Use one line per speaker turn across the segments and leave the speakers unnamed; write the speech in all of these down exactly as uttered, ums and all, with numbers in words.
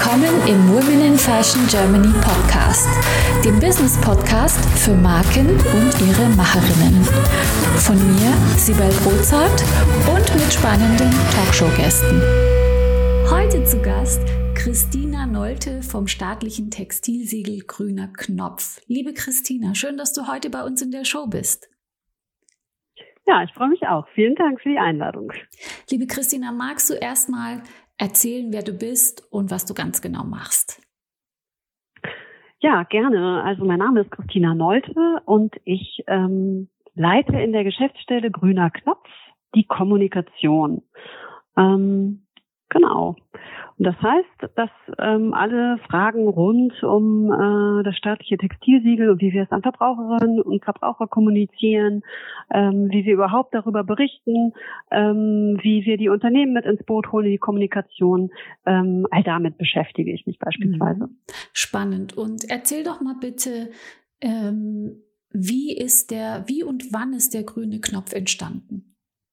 Willkommen im Women in Fashion Germany Podcast, dem Business Podcast für Marken und ihre Macherinnen. Von mir, Sibel Rozart, und mit spannenden Talkshow-Gästen. Heute zu Gast Christina Nolte vom staatlichen Textilsiegel Grüner Knopf. Liebe Christina, schön, dass du heute bei uns in der Show bist.
Ja, ich freue mich auch. Vielen Dank für die Einladung.
Liebe Christina, magst du erstmal erzählen, wer du bist und was du ganz genau machst?
Ja, gerne. Also mein Name ist Christina Nolte und ich ähm, leite in der Geschäftsstelle Grüner Knopf die Kommunikation. Ähm, genau. Und das heißt, dass ähm, alle Fragen rund um äh, das staatliche Textilsiegel und wie wir es an Verbraucherinnen und Verbraucher kommunizieren, ähm, wie wir überhaupt darüber berichten, ähm, wie wir die Unternehmen mit ins Boot holen in die Kommunikation, ähm, all damit beschäftige ich mich beispielsweise.
Spannend. Und erzähl doch mal bitte, ähm, wie ist der, wie und wann ist der grüne Knopf entstanden?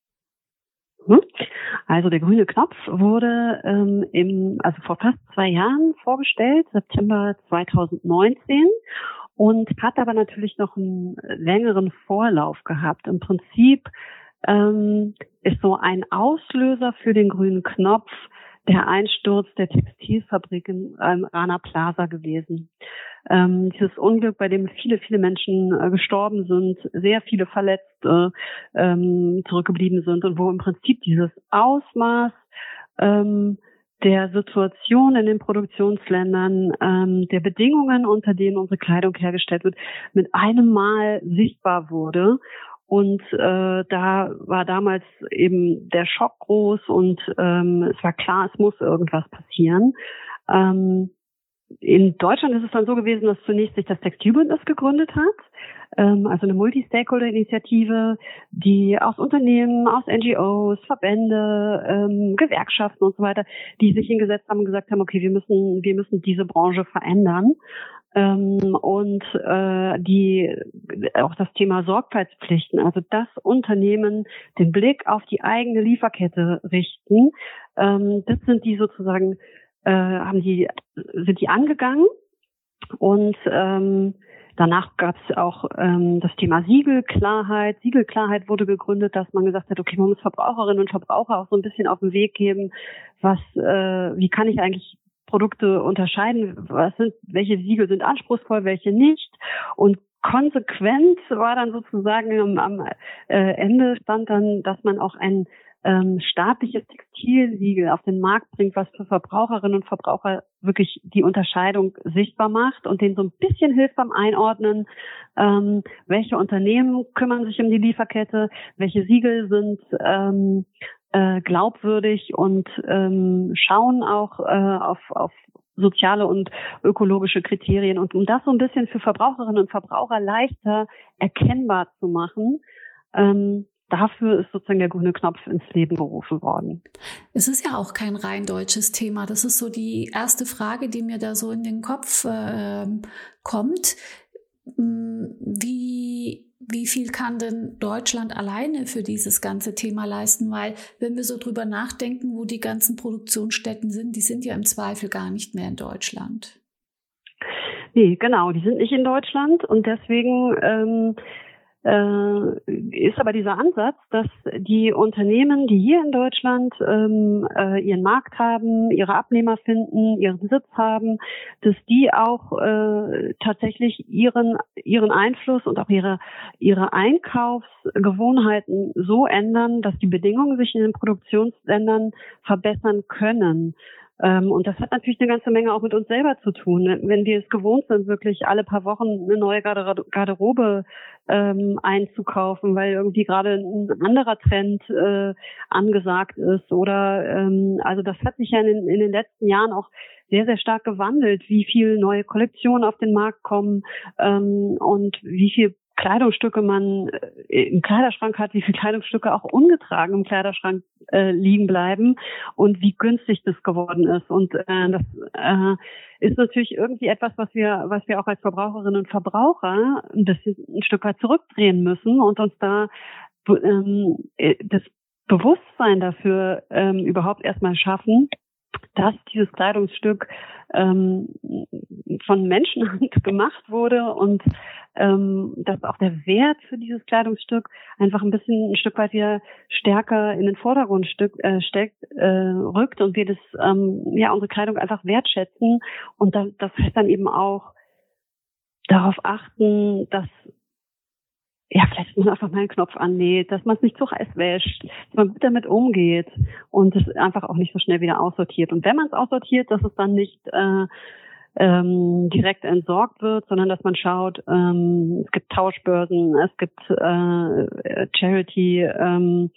Also der grüne Knopf wurde ähm, im, also vor fast zwei Jahren vorgestellt, September zweitausendneunzehn, und hat aber natürlich noch einen längeren Vorlauf gehabt. Im Prinzip ähm, ist so ein Auslöser für den grünen Knopf der Einsturz der Textilfabrik in ähm, Rana Plaza gewesen. Ähm, dieses Unglück, bei dem viele, viele Menschen äh, gestorben sind, sehr viele Verletzte ähm, zurückgeblieben sind und wo im Prinzip dieses Ausmaß ähm, der Situation in den Produktionsländern, ähm, der Bedingungen, unter denen unsere Kleidung hergestellt wird, mit einem Mal sichtbar wurde. Und äh, da war damals eben der Schock groß und ähm, es war klar, es muss irgendwas passieren. Ähm, in Deutschland ist es dann so gewesen, dass zunächst sich das Textilbündnis gegründet hat, ähm, also eine Multi-Stakeholder-Initiative, die aus Unternehmen, aus N G Os, Verbände, ähm, Gewerkschaften und so weiter, die sich hingesetzt haben und gesagt haben, okay, wir müssen, wir müssen diese Branche verändern. Ähm, und äh, die auch das Thema Sorgfaltspflichten, also das Unternehmen den Blick auf die eigene Lieferkette richten, ähm, das sind die sozusagen äh, haben die sind die angegangen, und ähm, danach gab es auch ähm, das Thema Siegelklarheit. Siegelklarheit wurde gegründet, dass man gesagt hat, okay, man muss Verbraucherinnen und Verbraucher auch so ein bisschen auf den Weg geben, was äh, wie kann ich eigentlich Produkte unterscheiden, was sind, welche Siegel sind anspruchsvoll, welche nicht. Und konsequent war dann sozusagen am, am äh, Ende stand dann, dass man auch ein ähm, staatliches Textilsiegel auf den Markt bringt, was für Verbraucherinnen und Verbraucher wirklich die Unterscheidung sichtbar macht und denen so ein bisschen hilft beim Einordnen, ähm, welche Unternehmen kümmern sich um die Lieferkette, welche Siegel sind ähm, Äh, glaubwürdig und ähm, schauen auch äh, auf, auf soziale und ökologische Kriterien, und um das so ein bisschen für Verbraucherinnen und Verbraucher leichter erkennbar zu machen, ähm, dafür ist sozusagen der grüne Knopf ins Leben gerufen worden.
Es ist ja auch kein rein deutsches Thema. Das ist so die erste Frage, die mir da so in den Kopf äh, kommt. Wie Wie viel kann denn Deutschland alleine für dieses ganze Thema leisten? Weil wenn wir so drüber nachdenken, wo die ganzen Produktionsstätten sind, die sind ja im Zweifel gar nicht mehr in Deutschland.
Nee, genau, die sind nicht in Deutschland, und deswegen ähm, äh, ist aber dieser Ansatz, dass die Unternehmen, die hier in Deutschland ähm, äh, ihren Markt haben, ihre Abnehmer finden, ihren Sitz haben, dass die auch äh, tatsächlich ihren ihren Einfluss und auch ihre ihre Einkaufsgewohnheiten so ändern, dass die Bedingungen sich in den Produktionsländern verbessern können. Ähm, und das hat natürlich eine ganze Menge auch mit uns selber zu tun. Wenn wir es gewohnt sind, wirklich alle paar Wochen eine neue Garder- Garderobe ähm, einzukaufen, weil irgendwie gerade ein anderer Trend äh, angesagt ist, oder ähm, also das hat sich ja in den, in den letzten Jahren auch sehr, sehr stark gewandelt, wie viel neue Kollektionen auf den Markt kommen ähm, und wie viel Kleidungsstücke man äh, im Kleiderschrank hat, wie viele Kleidungsstücke auch ungetragen im Kleiderschrank äh, liegen bleiben und wie günstig das geworden ist. Und äh, das äh, ist natürlich irgendwie etwas, was wir, was wir auch als Verbraucherinnen und Verbraucher ein bisschen ein Stück weit zurückdrehen müssen und uns da ähm, das Bewusstsein dafür ähm, überhaupt erstmal schaffen, dass dieses Kleidungsstück ähm, von Menschenhand gemacht wurde und ähm, dass auch der Wert für dieses Kleidungsstück einfach ein bisschen ein Stück weit wieder stärker in den Vordergrund stück, äh, steckt, äh, rückt und wir das ähm, ja unsere Kleidung einfach wertschätzen und das, das heißt dann eben auch darauf achten, dass ja, vielleicht dass man einfach mal einen Knopf annäht, dass man es nicht zu heiß wäscht, dass man gut damit umgeht und es einfach auch nicht so schnell wieder aussortiert. Und wenn man es aussortiert, dass es dann nicht äh, ähm, direkt entsorgt wird, sondern dass man schaut, ähm, es gibt Tauschbörsen, es gibt äh, Charity, ähm,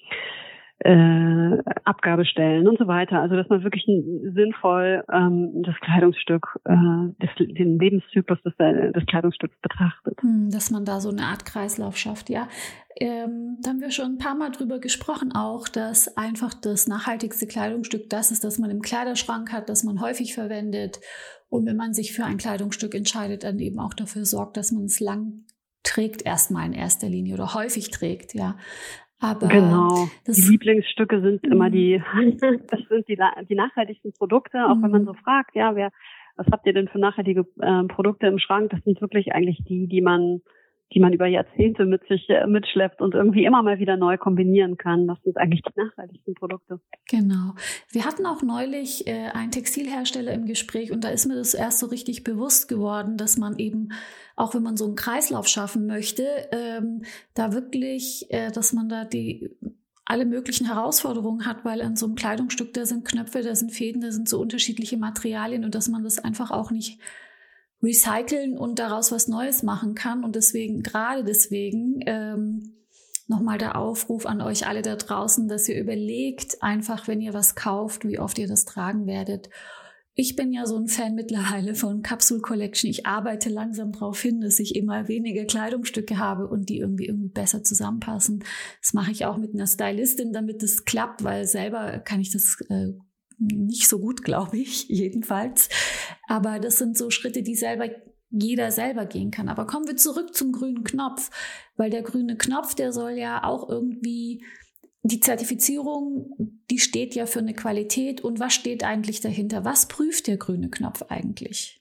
äh, Abgabestellen und so weiter. Also dass man wirklich sinnvoll ähm, das Kleidungsstück, äh, des, den Lebenszyklus des, des Kleidungsstücks betrachtet.
Hm, dass man da so eine Art Kreislauf schafft, ja. Ähm, da haben wir schon ein paar Mal drüber gesprochen auch, dass einfach das nachhaltigste Kleidungsstück das ist, das man im Kleiderschrank hat, das man häufig verwendet. Und wenn man sich für ein Kleidungsstück entscheidet, dann eben auch dafür sorgt, dass man es lang trägt erstmal in erster Linie oder häufig trägt, ja. Aber
genau. Die Lieblingsstücke sind immer die, das sind die, die nachhaltigsten Produkte, auch wenn man so fragt, ja, wer, was habt ihr denn für nachhaltige äh, Produkte im Schrank? Das sind wirklich eigentlich die, die man, die man über Jahrzehnte mit sich äh, mitschleppt und irgendwie immer mal wieder neu kombinieren kann. Das sind eigentlich die nachhaltigsten Produkte.
Genau. Wir hatten auch neulich äh, einen Textilhersteller im Gespräch und da ist mir das erst so richtig bewusst geworden, dass man eben, auch wenn man so einen Kreislauf schaffen möchte, ähm, da wirklich, äh, dass man da die alle möglichen Herausforderungen hat, weil an so einem Kleidungsstück, da sind Knöpfe, da sind Fäden, da sind so unterschiedliche Materialien und dass man das einfach auch nicht recyceln und daraus was Neues machen kann. Und deswegen, gerade deswegen, ähm, nochmal der Aufruf an euch alle da draußen, dass ihr überlegt einfach, wenn ihr was kauft, wie oft ihr das tragen werdet. Ich bin ja so ein Fan mittlerweile von Capsule Collection. Ich arbeite langsam darauf hin, dass ich immer weniger Kleidungsstücke habe und die irgendwie irgendwie besser zusammenpassen. Das mache ich auch mit einer Stylistin, damit es klappt, weil selber kann ich das äh, nicht so gut, glaube ich, jedenfalls. Aber das sind so Schritte, die selber jeder selber gehen kann. Aber kommen wir zurück zum grünen Knopf, weil der grüne Knopf, der soll ja auch irgendwie, die Zertifizierung, die steht ja für eine Qualität. Und was steht eigentlich dahinter? Was prüft der grüne Knopf eigentlich?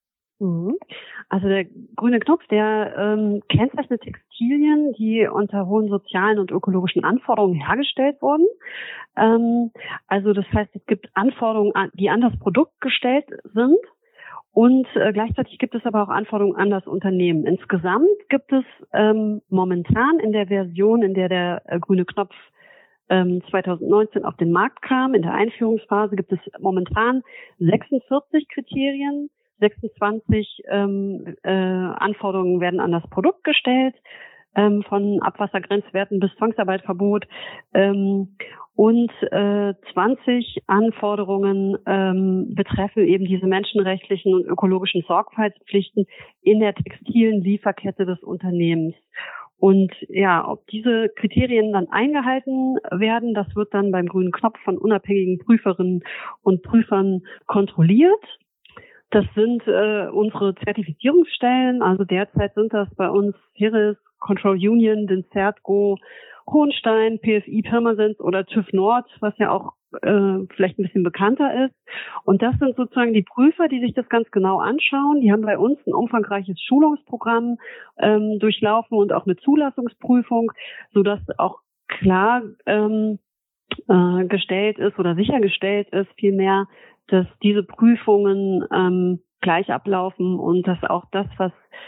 Also der grüne Knopf, der ähm, kennzeichnet Textilien, die unter hohen sozialen und ökologischen Anforderungen hergestellt wurden. Ähm, also das heißt, es gibt Anforderungen, die an das Produkt gestellt sind und äh, gleichzeitig gibt es aber auch Anforderungen an das Unternehmen. Insgesamt gibt es ähm, momentan in der Version, in der der äh, grüne Knopf ähm, zwanzig neunzehn auf den Markt kam, in der Einführungsphase gibt es momentan sechsundvierzig Kriterien. sechsundzwanzig ähm, äh, Anforderungen werden an das Produkt gestellt, ähm, von Abwassergrenzwerten bis Zwangsarbeitverbot ähm, und äh, zwanzig Anforderungen ähm, betreffen eben diese menschenrechtlichen und ökologischen Sorgfaltspflichten in der textilen Lieferkette des Unternehmens. Und ja, ob diese Kriterien dann eingehalten werden, das wird dann beim grünen Knopf von unabhängigen Prüferinnen und Prüfern kontrolliert. Das sind äh, unsere Zertifizierungsstellen, also derzeit sind das bei uns Ceres, Control Union, Denzertgo, Hohenstein, P F I Pirmasens oder TÜV Nord, was ja auch äh, vielleicht ein bisschen bekannter ist. Und das sind sozusagen die Prüfer, die sich das ganz genau anschauen. Die haben bei uns ein umfangreiches Schulungsprogramm ähm, durchlaufen und auch eine Zulassungsprüfung, sodass auch klar ähm, äh, gestellt ist oder sichergestellt ist vielmehr, dass diese Prüfungen ähm, gleich ablaufen und dass auch das, was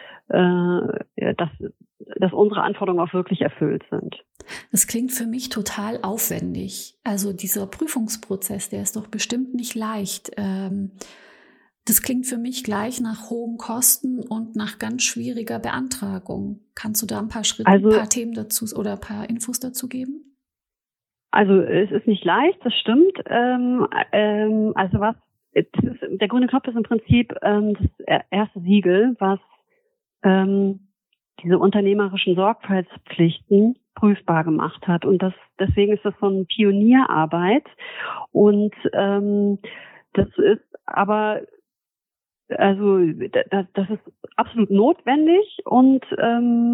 äh, dass, dass unsere Anforderungen auch wirklich erfüllt sind.
Das klingt für mich total aufwendig. Also dieser Prüfungsprozess, der ist doch bestimmt nicht leicht. Ähm, das klingt für mich gleich nach hohen Kosten und nach ganz schwieriger Beantragung. Kannst du da ein paar Schritte, also, ein paar Themen dazu oder ein paar Infos dazu geben?
Also es ist nicht leicht, das stimmt. Ähm, ähm, also was ist, der grüne Knopf ist im Prinzip ähm, das erste Siegel, was ähm, diese unternehmerischen Sorgfaltspflichten prüfbar gemacht hat. Und das deswegen ist das so eine Pionierarbeit. Und ähm, das ist aber also das, das ist absolut notwendig und ähm,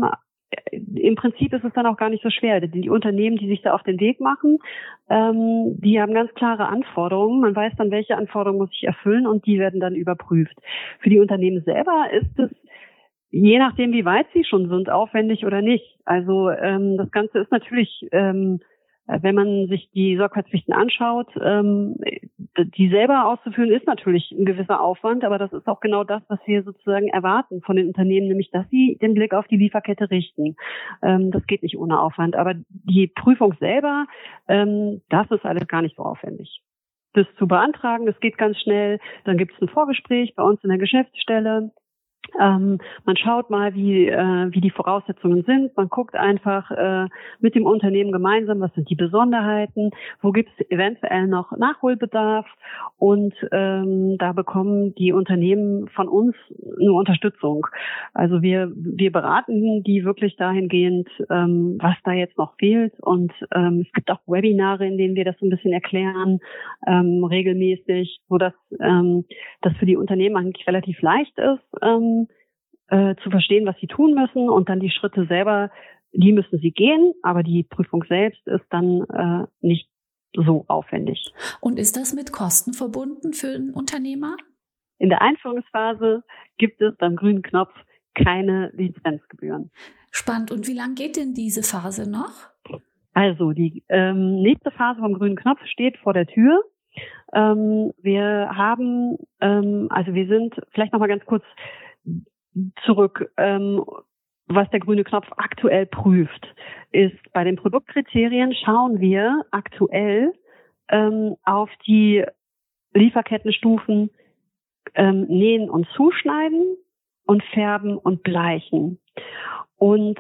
im Prinzip ist es dann auch gar nicht so schwer. Die Unternehmen, die sich da auf den Weg machen, ähm, die haben ganz klare Anforderungen. Man weiß dann, welche Anforderungen muss ich erfüllen und die werden dann überprüft. Für die Unternehmen selber ist es, je nachdem, wie weit sie schon sind, aufwendig oder nicht. Also ähm, das Ganze ist natürlich, ähm, wenn man sich die Sorgfaltspflichten anschaut, ähm, die selber auszuführen, ist natürlich ein gewisser Aufwand, aber das ist auch genau das, was wir sozusagen erwarten von den Unternehmen, nämlich, dass sie den Blick auf die Lieferkette richten. Ähm, das geht nicht ohne Aufwand, aber die Prüfung selber, ähm, das ist alles gar nicht so aufwendig. Das zu beantragen, das geht ganz schnell. Dann gibt es ein Vorgespräch bei uns in der Geschäftsstelle. Ähm, man schaut mal, wie äh, wie die Voraussetzungen sind. Man guckt einfach äh, mit dem Unternehmen gemeinsam, was sind die Besonderheiten, wo gibt es eventuell noch Nachholbedarf und ähm, da bekommen die Unternehmen von uns eine Unterstützung. Also wir wir beraten die wirklich dahingehend, ähm, was da jetzt noch fehlt und ähm, es gibt auch Webinare, in denen wir das so ein bisschen erklären, ähm, regelmäßig, so dass ähm, das für die Unternehmen eigentlich relativ leicht ist, ähm, Äh, zu verstehen, was sie tun müssen und dann die Schritte selber, die müssen sie gehen, aber die Prüfung selbst ist dann äh, nicht so aufwendig.
Und ist das mit Kosten verbunden für einen Unternehmer?
In der Einführungsphase gibt es beim grünen Knopf keine Lizenzgebühren.
Spannend. Und wie lange geht denn diese Phase noch?
Also die ähm, nächste Phase vom grünen Knopf steht vor der Tür. Ähm, wir haben, ähm, also wir sind, vielleicht nochmal ganz kurz zurück, ähm, was der grüne Knopf aktuell prüft, ist, bei den Produktkriterien schauen wir aktuell ähm, auf die Lieferkettenstufen ähm, Nähen und Zuschneiden und Färben und Bleichen. Und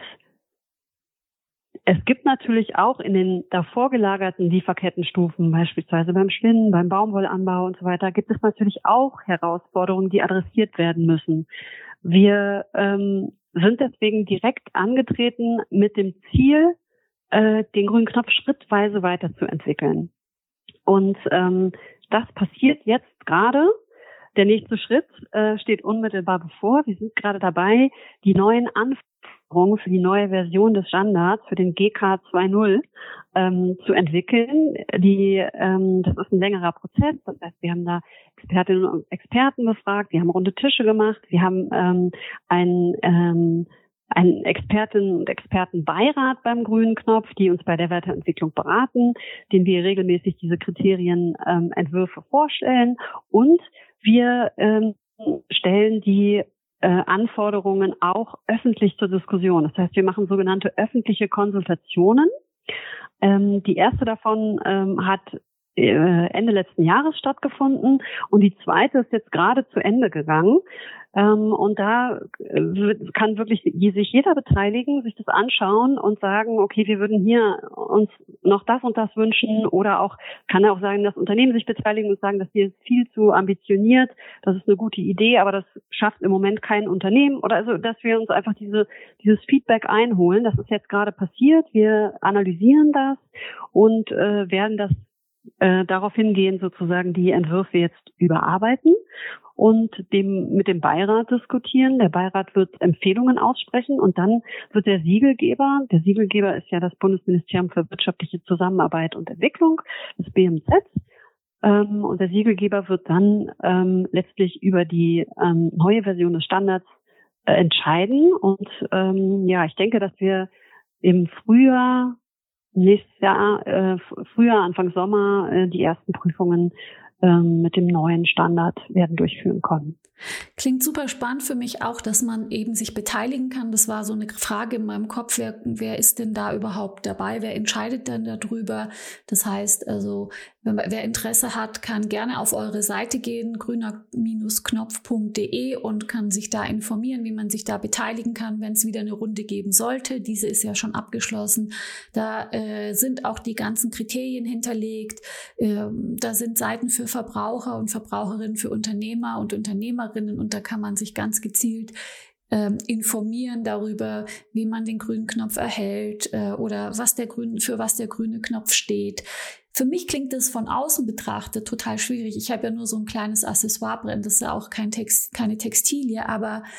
es gibt natürlich auch in den davor gelagerten Lieferkettenstufen, beispielsweise beim Spinnen, beim Baumwollanbau und so weiter, gibt es natürlich auch Herausforderungen, die adressiert werden müssen. Wir ähm, sind deswegen direkt angetreten mit dem Ziel, äh, den grünen Knopf schrittweise weiterzuentwickeln. Und ähm, das passiert jetzt gerade. Der nächste Schritt äh, steht unmittelbar bevor. Wir sind gerade dabei, die neuen Anforderungen für die neue Version des Standards, für den G K zwei Punkt null, ähm, zu entwickeln. Die, ähm, das ist ein längerer Prozess. Das heißt, wir haben da Expertinnen und Experten befragt, wir haben runde Tische gemacht, wir haben ähm, ein ähm, einen Expertinnen- und Expertenbeirat beim grünen Knopf, die uns bei der Weiterentwicklung beraten, denen wir regelmäßig diese Kriterienentwürfe ähm, vorstellen und wir ähm, stellen die äh, Anforderungen auch öffentlich zur Diskussion. Das heißt, wir machen sogenannte öffentliche Konsultationen. Ähm, die erste davon ähm, hat Ende letzten Jahres stattgefunden und die zweite ist jetzt gerade zu Ende gegangen. Ähm, und da kann wirklich sich jeder beteiligen, sich das anschauen und sagen, okay, wir würden hier uns noch das und das wünschen, oder auch kann er auch sagen, das Unternehmen sich beteiligen und sagen, das hier ist viel zu ambitioniert, das ist eine gute Idee, aber das schafft im Moment kein Unternehmen, oder also, dass wir uns einfach diese dieses Feedback einholen. Das ist jetzt gerade passiert. Wir analysieren das und äh, werden das Äh, darauf hingehen, sozusagen die Entwürfe jetzt überarbeiten und dem mit dem Beirat diskutieren. Der Beirat wird Empfehlungen aussprechen und dann wird der Siegelgeber, der Siegelgeber ist ja das Bundesministerium für wirtschaftliche Zusammenarbeit und Entwicklung, das B M Z, ähm, und der Siegelgeber wird dann ähm, letztlich über die ähm, neue Version des Standards äh, entscheiden. Und ähm, ja, ich denke, dass wir im Frühjahr nächstes Jahr, äh, Frühjahr, Anfang Sommer, äh, die ersten Prüfungen ähm, mit dem neuen Standard werden durchführen können.
Klingt super spannend für mich auch, dass man eben sich beteiligen kann. Das war so eine Frage in meinem Kopf, wer, wer ist denn da überhaupt dabei? Wer entscheidet denn darüber? Das heißt also, wenn, wer Interesse hat, kann gerne auf eure Seite gehen, grüner Knopf punkt de, und kann sich da informieren, wie man sich da beteiligen kann, wenn es wieder eine Runde geben sollte. Diese ist ja schon abgeschlossen. Da äh, sind auch die ganzen Kriterien hinterlegt. Äh, da sind Seiten für Verbraucher und Verbraucherinnen, für Unternehmer und Unternehmerinnen, und da kann man sich ganz gezielt ähm, informieren darüber, wie man den grünen Knopf erhält äh, oder was der grün, für was der grüne Knopf steht. Für mich klingt das von außen betrachtet total schwierig. Ich habe ja nur so ein kleines Accessoire drin, das ist ja auch kein Text, keine Textilie, aber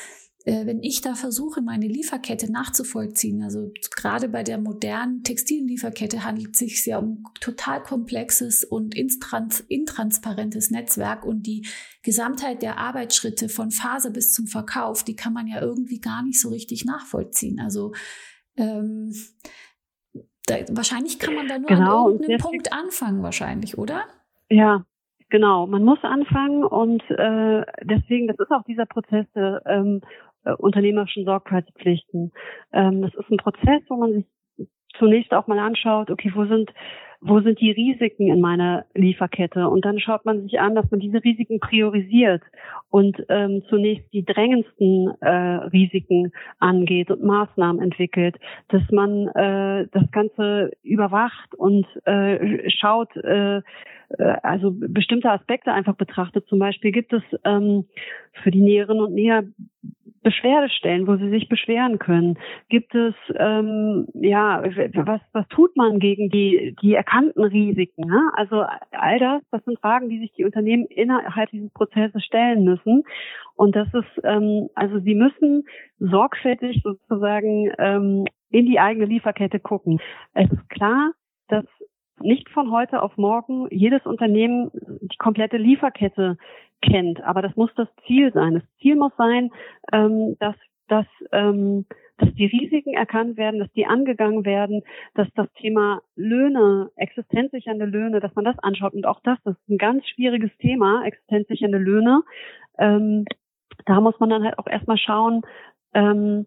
äh, wenn ich da versuche, meine Lieferkette nachzuvollziehen, also gerade bei der modernen Textillieferkette handelt es sich ja um total komplexes und intrans- intransparentes Netzwerk und die Gesamtheit der Arbeitsschritte von Phase bis zum Verkauf, die kann man ja irgendwie gar nicht so richtig nachvollziehen. Also ähm, da, wahrscheinlich kann man da nur
genau,
an irgendeinem Punkt anfangen, wahrscheinlich, oder?
Ja, genau. Man muss anfangen und äh, deswegen, das ist auch dieser Prozess der ähm, äh, unternehmerischen Sorgfaltspflichten. Ähm, das ist ein Prozess, wo man sich zunächst auch mal anschaut, okay, wo sind wo sind die Risiken in meiner Lieferkette? Und dann schaut man sich an, dass man diese Risiken priorisiert und ähm, zunächst die drängendsten äh, Risiken angeht und Maßnahmen entwickelt, dass man äh, das Ganze überwacht und äh, schaut, äh, also bestimmte Aspekte einfach betrachtet. Zum Beispiel gibt es ähm, für die Näherinnen und Näher Beschwerdestellen, wo sie sich beschweren können. Gibt es, ähm, ja, was, was tut man gegen die, die erkannten Risiken? Ne? Also all das, das sind Fragen, die sich die Unternehmen innerhalb dieses Prozesses stellen müssen. Und das ist, ähm, also sie müssen sorgfältig sozusagen ähm, in die eigene Lieferkette gucken. Es ist klar, dass nicht von heute auf morgen jedes Unternehmen die komplette Lieferkette kennt, aber das muss das Ziel sein. Das Ziel muss sein, ähm, dass, dass, ähm, dass die Risiken erkannt werden, dass die angegangen werden, dass das Thema Löhne, existenzsichernde Löhne, dass man das anschaut. Und auch das, das ist ein ganz schwieriges Thema, existenzsichernde Löhne. Ähm, da muss man dann halt auch erstmal schauen, ähm,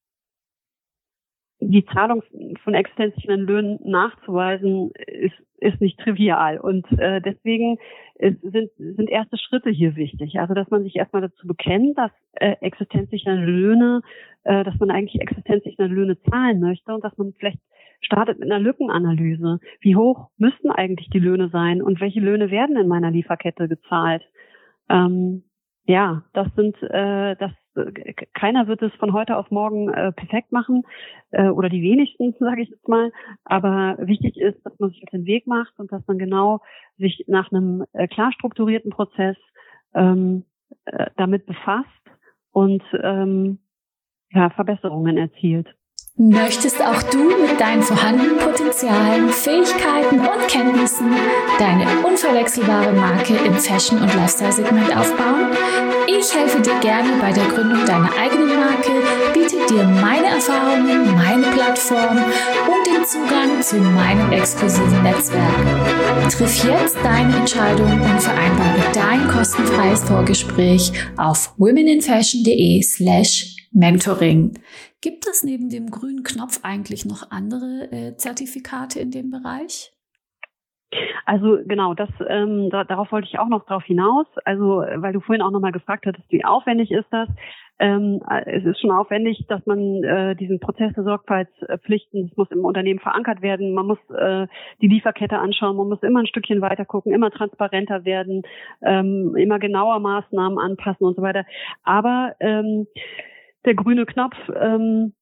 die Zahlung von existenzsichernden Löhnen nachzuweisen, ist, ist nicht trivial. Und äh, deswegen ist, sind, sind erste Schritte hier wichtig. Also, dass man sich erstmal dazu bekennt, dass äh, existenzsichernde Löhne, äh, dass man eigentlich existenzsichernde Löhne zahlen möchte und dass man vielleicht startet mit einer Lückenanalyse. Wie hoch müssten eigentlich die Löhne sein und welche Löhne werden in meiner Lieferkette gezahlt? Ähm, ja, das sind, äh, das keiner wird es von heute auf morgen äh, perfekt machen äh, oder die wenigsten, sage ich jetzt mal. Aber wichtig ist, dass man sich auf den Weg macht und dass man genau sich nach einem äh, klar strukturierten Prozess ähm, äh, damit befasst und ähm, ja, Verbesserungen erzielt.
Möchtest auch du mit deinen vorhandenen Potenzialen, Fähigkeiten und Kenntnissen deine unverwechselbare Marke im Fashion- und Lifestyle-Segment aufbauen? Ich helfe dir gerne bei der Gründung deiner eigenen Marke, biete dir meine Erfahrungen, meine Plattform und den Zugang zu meinem exklusiven Netzwerk. Triff jetzt deine Entscheidung und vereinbare dein kostenfreies Vorgespräch auf womeninfashion.de slash mentoring. Gibt es neben dem grünen Knopf eigentlich noch andere äh, Zertifikate in dem Bereich?
Also genau, das ähm, da, darauf wollte ich auch noch drauf hinaus. Also weil du vorhin auch nochmal gefragt hattest, wie aufwendig ist das? Ähm, es ist schon aufwendig, dass man äh, diesen Prozess der Sorgfaltspflichten, das muss im Unternehmen verankert werden. Man muss äh, die Lieferkette anschauen, man muss immer ein Stückchen weiter gucken, immer transparenter werden, ähm, immer genauer Maßnahmen anpassen und so weiter. Aber ähm, der grüne Knopf ähm,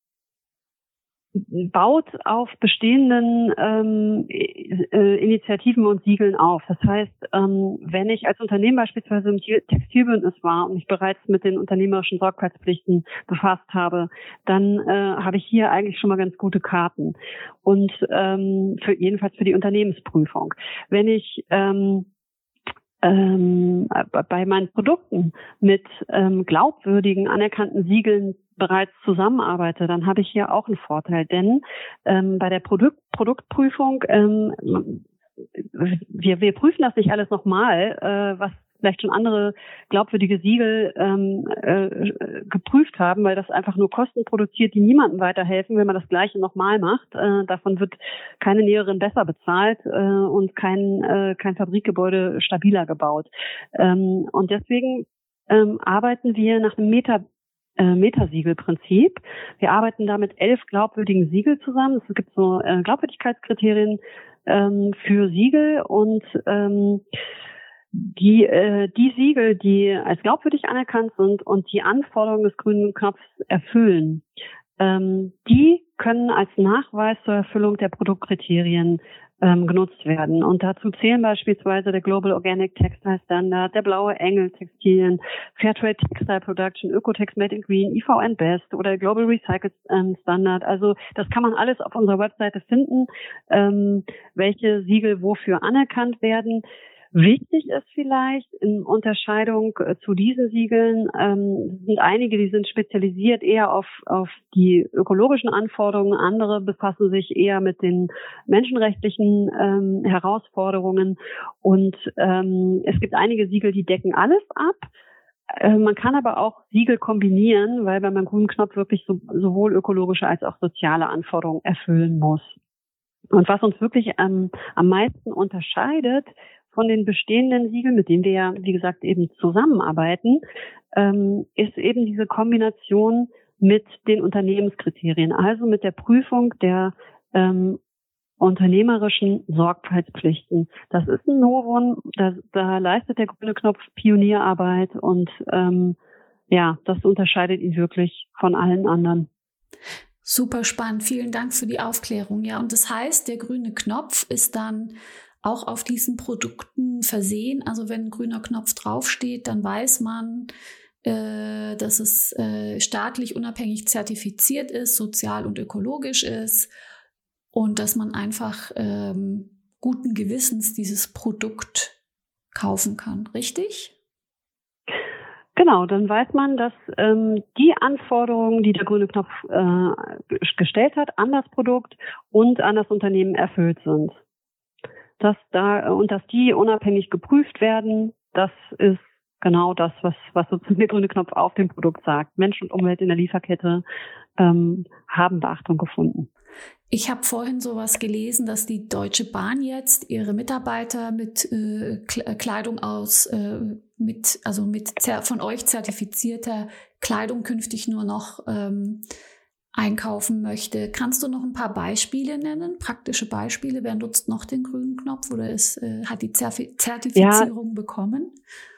baut auf bestehenden ähm, äh, Initiativen und Siegeln auf. Das heißt, ähm, wenn ich als Unternehmen beispielsweise im Textilbündnis war und mich bereits mit den unternehmerischen Sorgfaltspflichten befasst habe, dann äh, habe ich hier eigentlich schon mal ganz gute Karten. Und ähm, für jedenfalls für die Unternehmensprüfung. Wenn ich ähm, ähm, bei meinen Produkten mit ähm, glaubwürdigen, anerkannten Siegeln bereits zusammenarbeite, dann habe ich hier auch einen Vorteil. Denn ähm, bei der Produkt, Produktprüfung, ähm, wir, wir prüfen das nicht alles nochmal, äh, was vielleicht schon andere glaubwürdige Siegel ähm, äh, geprüft haben, weil das einfach nur Kosten produziert, die niemandem weiterhelfen, wenn man das Gleiche nochmal macht. Äh, davon wird keine Näherin besser bezahlt äh, und kein, äh, kein Fabrikgebäude stabiler gebaut. Ähm, und deswegen ähm, arbeiten wir nach einem Meta Äh, Metasiegelprinzip. Wir arbeiten da mit elf glaubwürdigen Siegel zusammen. Es gibt so äh, Glaubwürdigkeitskriterien ähm, für Siegel und ähm, die äh, die Siegel, die als glaubwürdig anerkannt sind und die Anforderungen des grünen Knopfs erfüllen, ähm, die können als Nachweis zur Erfüllung der Produktkriterien ähm, genutzt werden. Und dazu zählen beispielsweise der Global Organic Textile Standard, der Blaue Engel Textilien, Fairtrade Textile Production, Ökotex Made in Green, I V N Best oder der Global Recycled Standard. Also das kann man alles auf unserer Webseite finden, ähm, welche Siegel wofür anerkannt werden. Wichtig ist vielleicht in Unterscheidung äh, zu diesen Siegeln, ähm, sind einige, die sind spezialisiert eher auf, auf die ökologischen Anforderungen, andere befassen sich eher mit den menschenrechtlichen ähm, Herausforderungen und ähm, es gibt einige Siegel, die decken alles ab. Äh, man kann aber auch Siegel kombinieren, weil man beim grünen Knopf wirklich so, sowohl ökologische als auch soziale Anforderungen erfüllen muss. Und was uns wirklich ähm, am meisten unterscheidet von den bestehenden Siegeln, mit denen wir ja, wie gesagt, eben zusammenarbeiten, ähm, ist eben diese Kombination mit den Unternehmenskriterien, also mit der Prüfung der ähm, unternehmerischen Sorgfaltspflichten. Das ist ein Novum, da, da leistet der grüne Knopf Pionierarbeit und ähm, ja, das unterscheidet ihn wirklich von allen anderen.
Super spannend, vielen Dank für die Aufklärung. Ja, und das heißt, der grüne Knopf ist dann auch auf diesen Produkten versehen. Also wenn ein grüner Knopf draufsteht, dann weiß man, äh, dass es äh, staatlich unabhängig zertifiziert ist, sozial und ökologisch ist und dass man einfach ähm, guten Gewissens dieses Produkt kaufen kann. Richtig?
Genau, dann weiß man, dass ähm, die Anforderungen, die der grüne Knopf äh, gestellt hat an das Produkt und an das Unternehmen erfüllt sind. Dass da und dass die unabhängig geprüft werden, das ist genau das, was was sozusagen der grüne Knopf auf dem Produkt sagt. Mensch und Umwelt in der Lieferkette ähm, haben Beachtung gefunden.
Ich habe vorhin sowas gelesen, dass die Deutsche Bahn jetzt ihre Mitarbeiter mit äh, Kleidung aus äh, mit also mit zer- von euch zertifizierter Kleidung künftig nur noch ähm, einkaufen möchte. Kannst du noch ein paar Beispiele nennen, praktische Beispiele? Wer nutzt noch den grünen Knopf oder ist, äh, hat die Zerf- Zertifizierung ja. bekommen?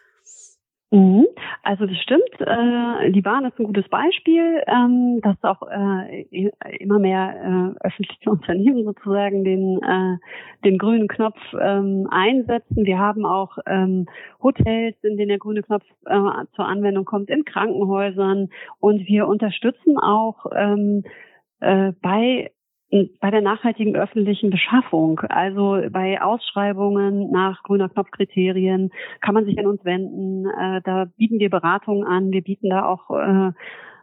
Mhm. Also das stimmt, äh, die Bahn ist ein gutes Beispiel, ähm, dass auch äh, immer mehr äh, öffentliche Unternehmen sozusagen den äh, den grünen Knopf ähm, einsetzen. Wir haben auch ähm, Hotels, in denen der grüne Knopf äh, zur Anwendung kommt, in Krankenhäusern und wir unterstützen auch ähm, äh, bei bei der nachhaltigen öffentlichen Beschaffung, also bei Ausschreibungen nach grüner Knopfkriterien, kann man sich an uns wenden. Äh, da bieten wir Beratungen an. Wir bieten da auch äh,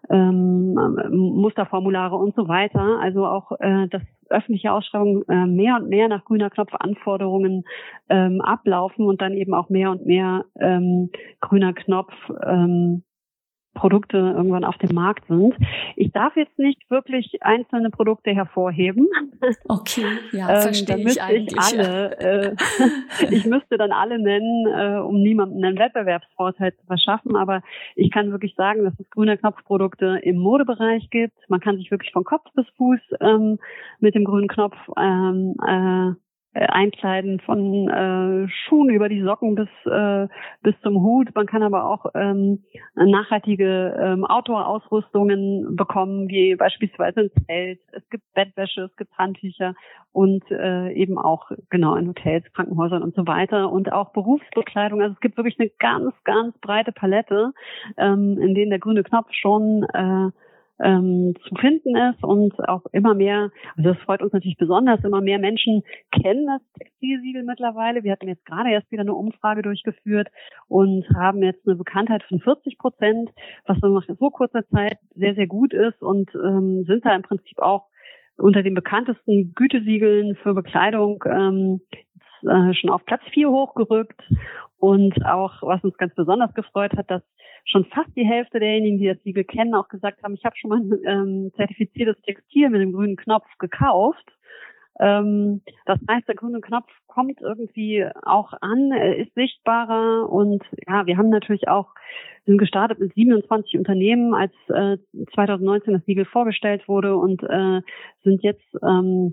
ähm, Musterformulare und so weiter. Also auch, äh, dass öffentliche Ausschreibungen äh, mehr und mehr nach grüner Knopfanforderungen ähm, ablaufen und dann eben auch mehr und mehr ähm, grüner Knopf ähm, Produkte irgendwann auf dem Markt sind. Ich darf jetzt nicht wirklich einzelne Produkte hervorheben.
Okay, ja,
ähm,
verstehe ich eigentlich.
Ich, alle, äh, ich müsste dann alle nennen, äh, um niemandem einen Wettbewerbsvorteil zu verschaffen, aber ich kann wirklich sagen, dass es grüne Knopfprodukte im Modebereich gibt. Man kann sich wirklich von Kopf bis Fuß ähm, mit dem grünen Knopf ähm, äh, einkleiden, von äh, Schuhen über die Socken bis äh, bis zum Hut. Man kann aber auch ähm, nachhaltige ähm, Outdoor-Ausrüstungen bekommen, wie beispielsweise ein Zelt. Es gibt Bettwäsche, es gibt Handtücher und äh, eben auch genau in Hotels, Krankenhäusern und so weiter und auch Berufsbekleidung. Also es gibt wirklich eine ganz, ganz breite Palette, ähm, in denen der grüne Knopf schon äh, Ähm, zu finden ist und auch immer mehr, also das freut uns natürlich besonders, immer mehr Menschen kennen das Textilsiegel mittlerweile. Wir hatten jetzt gerade erst wieder eine Umfrage durchgeführt und haben jetzt eine Bekanntheit von vierzig Prozent, was nach so kurzer Zeit sehr, sehr gut ist und ähm, sind da im Prinzip auch unter den bekanntesten Gütesiegeln für Bekleidung ähm, äh, schon auf Platz vier hochgerückt. Und auch, was uns ganz besonders gefreut hat, dass schon fast die Hälfte derjenigen, die das Siegel kennen, auch gesagt haben, ich habe schon mal ein ähm, zertifiziertes Textil mit dem grünen Knopf gekauft. Ähm, das heißt, der grüne Knopf kommt irgendwie auch an, ist sichtbarer und ja, wir haben natürlich auch, wir sind gestartet mit siebenundzwanzig Unternehmen, als äh, zwanzig neunzehn das Siegel vorgestellt wurde und äh, sind jetzt ähm,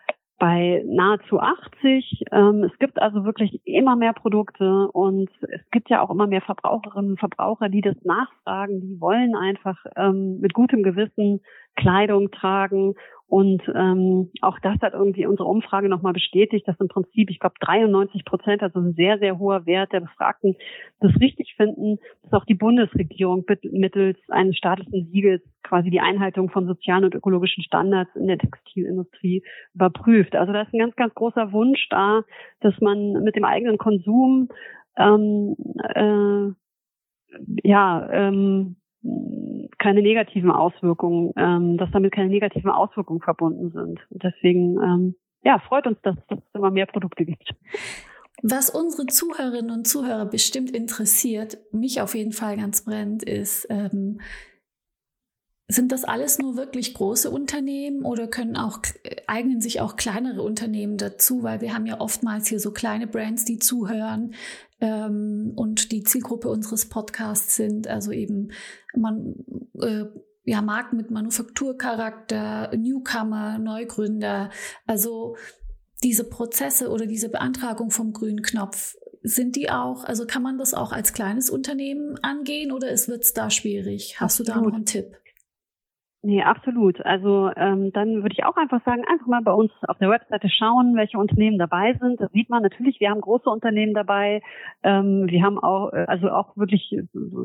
bei nahezu achtzig. Ähm, es gibt also wirklich immer mehr Produkte und es gibt ja auch immer mehr Verbraucherinnen und Verbraucher, die das nachfragen. Die wollen einfach ähm, mit gutem Gewissen Kleidung tragen Und ähm, auch das hat irgendwie unsere Umfrage nochmal bestätigt, dass im Prinzip, ich glaube, dreiundneunzig Prozent, also ein sehr, sehr hoher Wert der Befragten, das richtig finden, dass auch die Bundesregierung mittels eines staatlichen Siegels quasi die Einhaltung von sozialen und ökologischen Standards in der Textilindustrie überprüft. Also da ist ein ganz, ganz großer Wunsch da, dass man mit dem eigenen Konsum ähm, äh, ja ähm, keine negativen Auswirkungen, ähm, dass damit keine negativen Auswirkungen verbunden sind. Und deswegen, ähm, ja, freut uns, dass, dass es immer mehr Produkte gibt.
Was unsere Zuhörerinnen und Zuhörer bestimmt interessiert, mich auf jeden Fall ganz brennend, ist, ähm, sind das alles nur wirklich große Unternehmen oder können auch, eignen sich auch kleinere Unternehmen dazu? Weil wir haben ja oftmals hier so kleine Brands, die zuhören ähm, und die Zielgruppe unseres Podcasts sind also eben man, äh, ja, Marken mit Manufakturcharakter, Newcomer, Neugründer. Also diese Prozesse oder diese Beantragung vom grünen Knopf, sind die auch, also kann man das auch als kleines Unternehmen angehen oder wird es da schwierig? Hast Absolut. Du da noch einen Tipp?
Nee, absolut. Also ähm, dann würde ich auch einfach sagen, einfach mal bei uns auf der Webseite schauen, welche Unternehmen dabei sind. Das sieht man natürlich, wir haben große Unternehmen dabei. Ähm, wir haben auch, also auch wirklich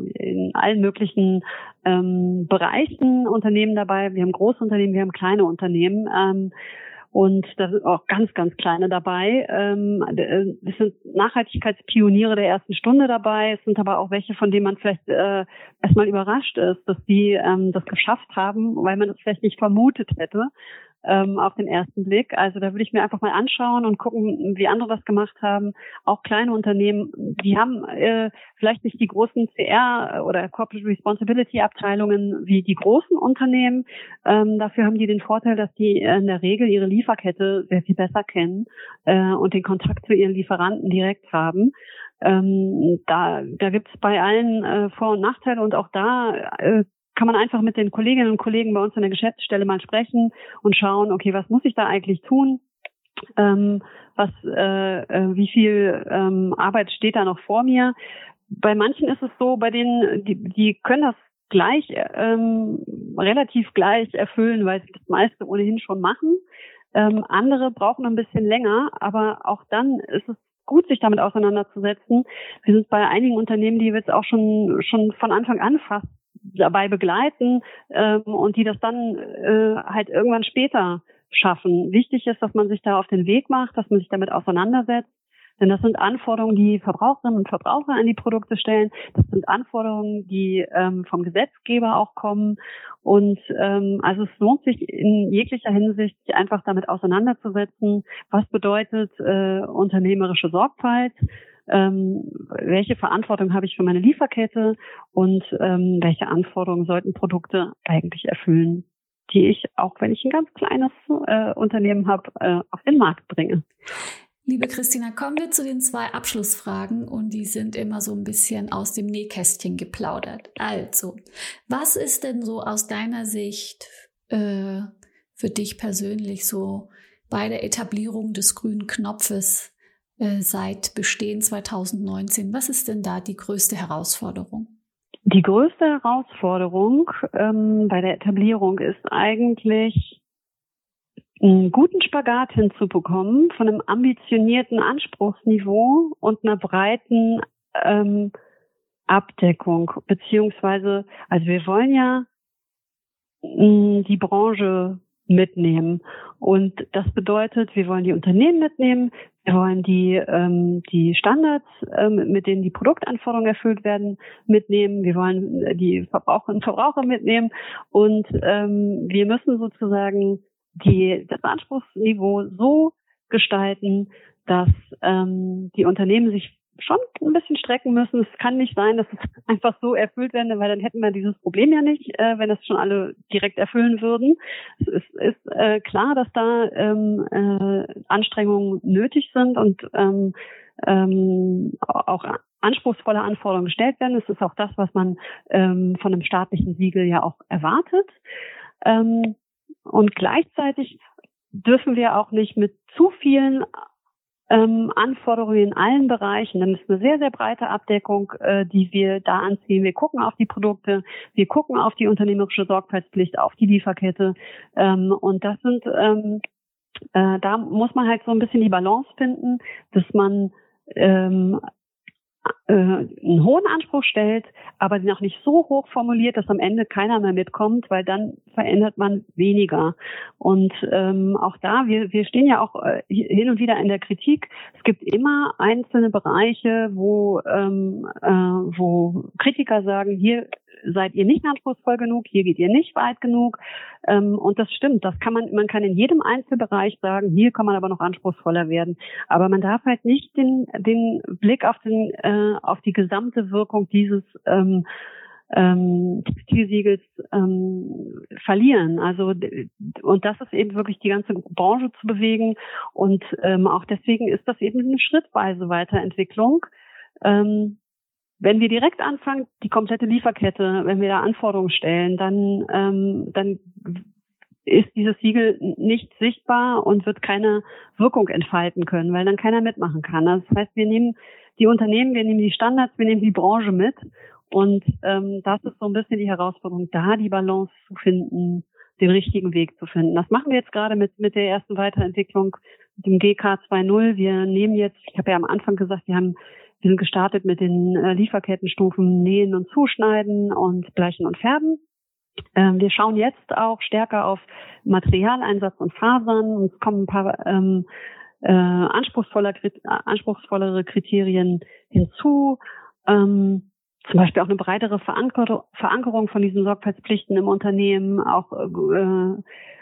in allen möglichen ähm, Bereichen Unternehmen dabei. Wir haben große Unternehmen, wir haben kleine Unternehmen. Ähm, Und da sind auch ganz, ganz kleine dabei. Ähm, es sind Nachhaltigkeitspioniere der ersten Stunde dabei. Es sind aber auch welche, von denen man vielleicht äh, erstmal überrascht ist, dass die ähm, das geschafft haben, weil man das vielleicht nicht vermutet hätte ähm, auf den ersten Blick. Also da würde ich mir einfach mal anschauen und gucken, wie andere das gemacht haben. Auch kleine Unternehmen, die haben äh, vielleicht nicht die großen C R oder Corporate Responsibility Abteilungen wie die großen Unternehmen. Ähm, dafür haben die den Vorteil, dass die in der Regel ihre Lieferkette sehr viel besser kennen äh, und den Kontakt zu ihren Lieferanten direkt haben. Ähm, da da gibt es bei allen äh, Vor- und Nachteile und auch da äh, kann man einfach mit den Kolleginnen und Kollegen bei uns in der Geschäftsstelle mal sprechen und schauen, okay, was muss ich da eigentlich tun? Ähm, was, äh, äh, wie viel ähm, Arbeit steht da noch vor mir? Bei manchen ist es so, bei denen, die, die können das gleich, ähm, relativ gleich erfüllen, weil sie das meiste ohnehin schon machen. Ähm, andere brauchen ein bisschen länger, aber auch dann ist es gut, sich damit auseinanderzusetzen. Wir sind bei einigen Unternehmen, die wir jetzt auch schon schon von Anfang an fast dabei begleiten ähm, und die das dann äh, halt irgendwann später schaffen. Wichtig ist, dass man sich da auf den Weg macht, dass man sich damit auseinandersetzt, denn das sind Anforderungen, die Verbraucherinnen und Verbraucher an die Produkte stellen. Das sind Anforderungen, die ähm, vom Gesetzgeber auch kommen und ähm, also es lohnt sich in jeglicher Hinsicht, sich einfach damit auseinanderzusetzen, was bedeutet äh, unternehmerische Sorgfalt, Ähm, welche Verantwortung habe ich für meine Lieferkette und ähm, welche Anforderungen sollten Produkte eigentlich erfüllen, die ich, auch wenn ich ein ganz kleines äh, Unternehmen habe, äh, auf den Markt bringe.
Liebe Christina, kommen wir zu den zwei Abschlussfragen und die sind immer so ein bisschen aus dem Nähkästchen geplaudert. Also, was ist denn so aus deiner Sicht äh, für dich persönlich so bei der Etablierung des grünen Knopfes seit Bestehen zwanzig neunzehn. Was ist denn da die größte Herausforderung?
Die größte Herausforderung ähm, bei der Etablierung ist eigentlich, einen guten Spagat hinzubekommen von einem ambitionierten Anspruchsniveau und einer breiten ähm, Abdeckung. Beziehungsweise, also wir wollen ja mh, die Branche mitnehmen. Und das bedeutet, wir wollen die Unternehmen mitnehmen, wir wollen die ähm, die Standards, ähm, mit denen die Produktanforderungen erfüllt werden, mitnehmen, wir wollen die Verbraucherinnen und Verbraucher mitnehmen und ähm, wir müssen sozusagen die das Anspruchsniveau so gestalten, dass ähm, die Unternehmen sich schon ein bisschen strecken müssen. Es kann nicht sein, dass es einfach so erfüllt werden, weil dann hätten wir dieses Problem ja nicht, äh, wenn das schon alle direkt erfüllen würden. Es ist, ist äh, klar, dass da ähm, äh, Anstrengungen nötig sind und ähm, ähm, auch anspruchsvolle Anforderungen gestellt werden. Es ist auch das, was man ähm, von einem staatlichen Siegel ja auch erwartet. Ähm, und gleichzeitig dürfen wir auch nicht mit zu vielen ähm, Anforderungen in allen Bereichen. Dann ist eine sehr, sehr breite Abdeckung, äh, die wir da anziehen. Wir gucken auf die Produkte, wir gucken auf die unternehmerische Sorgfaltspflicht, auf die Lieferkette. Ähm, und das sind, ähm, äh, da muss man halt so ein bisschen die Balance finden, dass man ähm, äh, einen hohen Anspruch stellt, aber noch nicht so hoch formuliert, dass am Ende keiner mehr mitkommt, weil dann verändert man weniger. Und ähm, auch da, wir, wir stehen ja auch äh, hin und wieder in der Kritik. Es gibt immer einzelne Bereiche, wo, ähm, äh, wo Kritiker sagen, hier seid ihr nicht anspruchsvoll genug, hier geht ihr nicht weit genug. Ähm, und das stimmt, das kann man, man kann in jedem Einzelbereich sagen, hier kann man aber noch anspruchsvoller werden. Aber man darf halt nicht den, den Blick auf den, äh, auf die gesamte Wirkung dieses ähm, ähm, Textilsiegels ähm, verlieren. Also, und das ist eben wirklich die ganze Branche zu bewegen. Und ähm, auch deswegen ist das eben eine schrittweise Weiterentwicklung. Ähm, Wenn wir direkt anfangen, die komplette Lieferkette, wenn wir da Anforderungen stellen, dann, ähm, dann ist dieses Siegel nicht sichtbar und wird keine Wirkung entfalten können, weil dann keiner mitmachen kann. Also das heißt, wir nehmen die Unternehmen, wir nehmen die Standards, wir nehmen die Branche mit. Und ähm, das ist so ein bisschen die Herausforderung, da die Balance zu finden, den richtigen Weg zu finden. Das machen wir jetzt gerade mit mit der ersten Weiterentwicklung, mit dem G K zwei Punkt null. Wir nehmen jetzt, ich habe ja am Anfang gesagt, wir haben Wir sind gestartet mit den äh, Lieferkettenstufen Nähen und Zuschneiden und Bleichen und Färben. Ähm, wir schauen jetzt auch stärker auf Materialeinsatz und Fasern. Es kommen ein paar ähm, äh, anspruchsvoller, anspruchsvollere Kriterien hinzu. Ähm, zum Beispiel auch eine breitere Veranker- Verankerung von diesen Sorgfaltspflichten im Unternehmen, auch äh,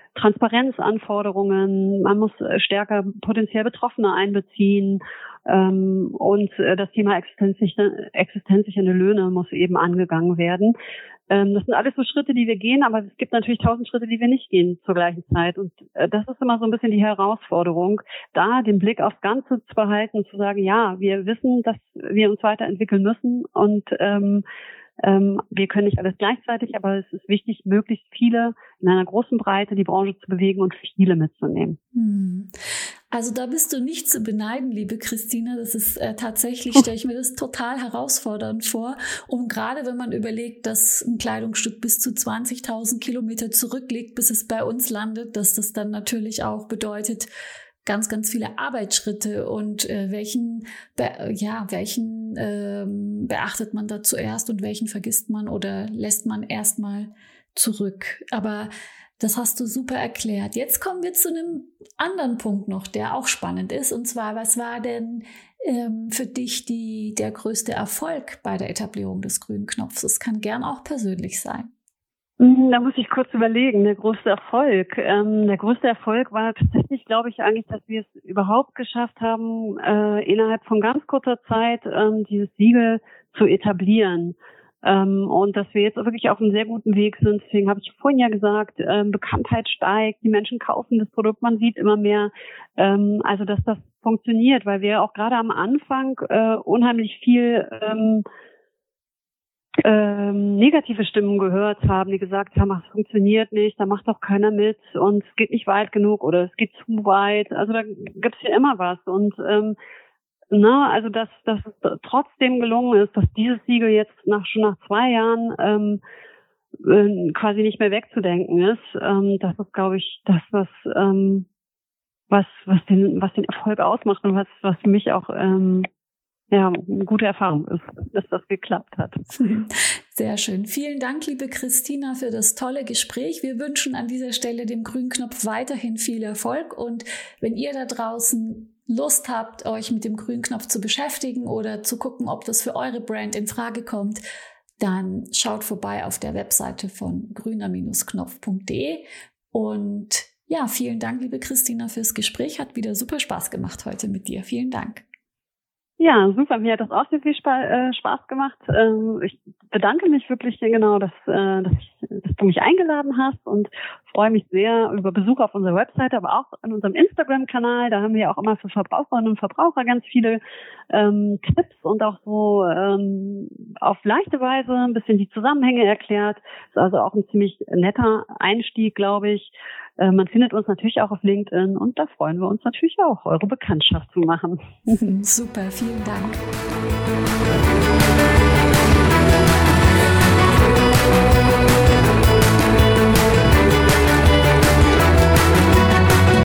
Transparenzanforderungen. Man muss stärker potenziell Betroffene einbeziehen. Ähm, und äh, das Thema existenzsichernde, existenzsichernde Löhne muss eben angegangen werden. Ähm, das sind alles so Schritte, die wir gehen, aber es gibt natürlich tausend Schritte, die wir nicht gehen zur gleichen Zeit. Und äh, das ist immer so ein bisschen die Herausforderung, da den Blick aufs Ganze zu behalten und zu sagen, ja, wir wissen, dass wir uns weiterentwickeln müssen und ähm, ähm, wir können nicht alles gleichzeitig, aber es ist wichtig, möglichst viele in einer großen Breite die Branche zu bewegen und viele mitzunehmen.
Hm. Also da bist du nicht zu beneiden, liebe Christina. Das ist äh, tatsächlich, stelle ich mir das total herausfordernd vor. Und gerade wenn man überlegt, dass ein Kleidungsstück bis zu zwanzigtausend Kilometer zurückliegt, bis es bei uns landet, dass das dann natürlich auch bedeutet, ganz, ganz viele Arbeitsschritte und äh, welchen, be- ja, welchen ähm, beachtet man da zuerst und welchen vergisst man oder lässt man erstmal zurück. Aber das hast du super erklärt. Jetzt kommen wir zu einem anderen Punkt noch, der auch spannend ist. Und zwar, was war denn ähm, für dich die, der größte Erfolg bei der Etablierung des grünen Knopfs? Es kann gern auch persönlich sein.
Da muss ich kurz überlegen, der größte Erfolg. Ähm, der größte Erfolg war tatsächlich, glaube ich, eigentlich, dass wir es überhaupt geschafft haben, äh, innerhalb von ganz kurzer Zeit ähm, dieses Siegel zu etablieren. Ähm, und dass wir jetzt wirklich auf einem sehr guten Weg sind. Deswegen habe ich vorhin ja gesagt, ähm, Bekanntheit steigt, die Menschen kaufen das Produkt, man sieht immer mehr, ähm, also dass das funktioniert, weil wir auch gerade am Anfang äh, unheimlich viel ähm, ähm, negative Stimmen gehört haben, die gesagt haben, ach, es funktioniert nicht, da macht doch keiner mit und es geht nicht weit genug oder es geht zu weit. Also da gibt's ja immer was. Und ähm, na, also dass, dass es trotzdem gelungen ist, dass dieses Siegel jetzt nach schon nach zwei Jahren ähm, äh, quasi nicht mehr wegzudenken ist, ähm, das ist, glaube ich, das, was ähm, was was den was den Erfolg ausmacht und was was für mich auch ähm, ja, eine gute Erfahrung ist, dass das geklappt hat.
Sehr schön. Vielen Dank, liebe Christina, für das tolle Gespräch. Wir wünschen an dieser Stelle dem grünen Knopf weiterhin viel Erfolg. Und wenn ihr da draußen Lust habt, euch mit dem grünen Knopf zu beschäftigen oder zu gucken, ob das für eure Brand in Frage kommt, dann schaut vorbei auf der Webseite von grüner Knopf punkt de. Und ja, vielen Dank, liebe Christina, fürs Gespräch. Hat wieder super Spaß gemacht heute mit dir. Vielen Dank.
Ja, super. Mir hat das auch sehr viel Spaß gemacht. Ich bedanke mich wirklich genau, dass, dass ich dass du mich eingeladen hast und freue mich sehr über Besuch auf unserer Webseite, aber auch an unserem Instagram-Kanal. Da haben wir auch immer für Verbraucherinnen und Verbraucher ganz viele ähm, Tipps und auch so ähm, auf leichte Weise ein bisschen die Zusammenhänge erklärt. Ist also auch ein ziemlich netter Einstieg, glaube ich. Äh, man findet uns natürlich auch auf LinkedIn und da freuen wir uns natürlich auch, eure Bekanntschaft zu machen.
Super, vielen Dank.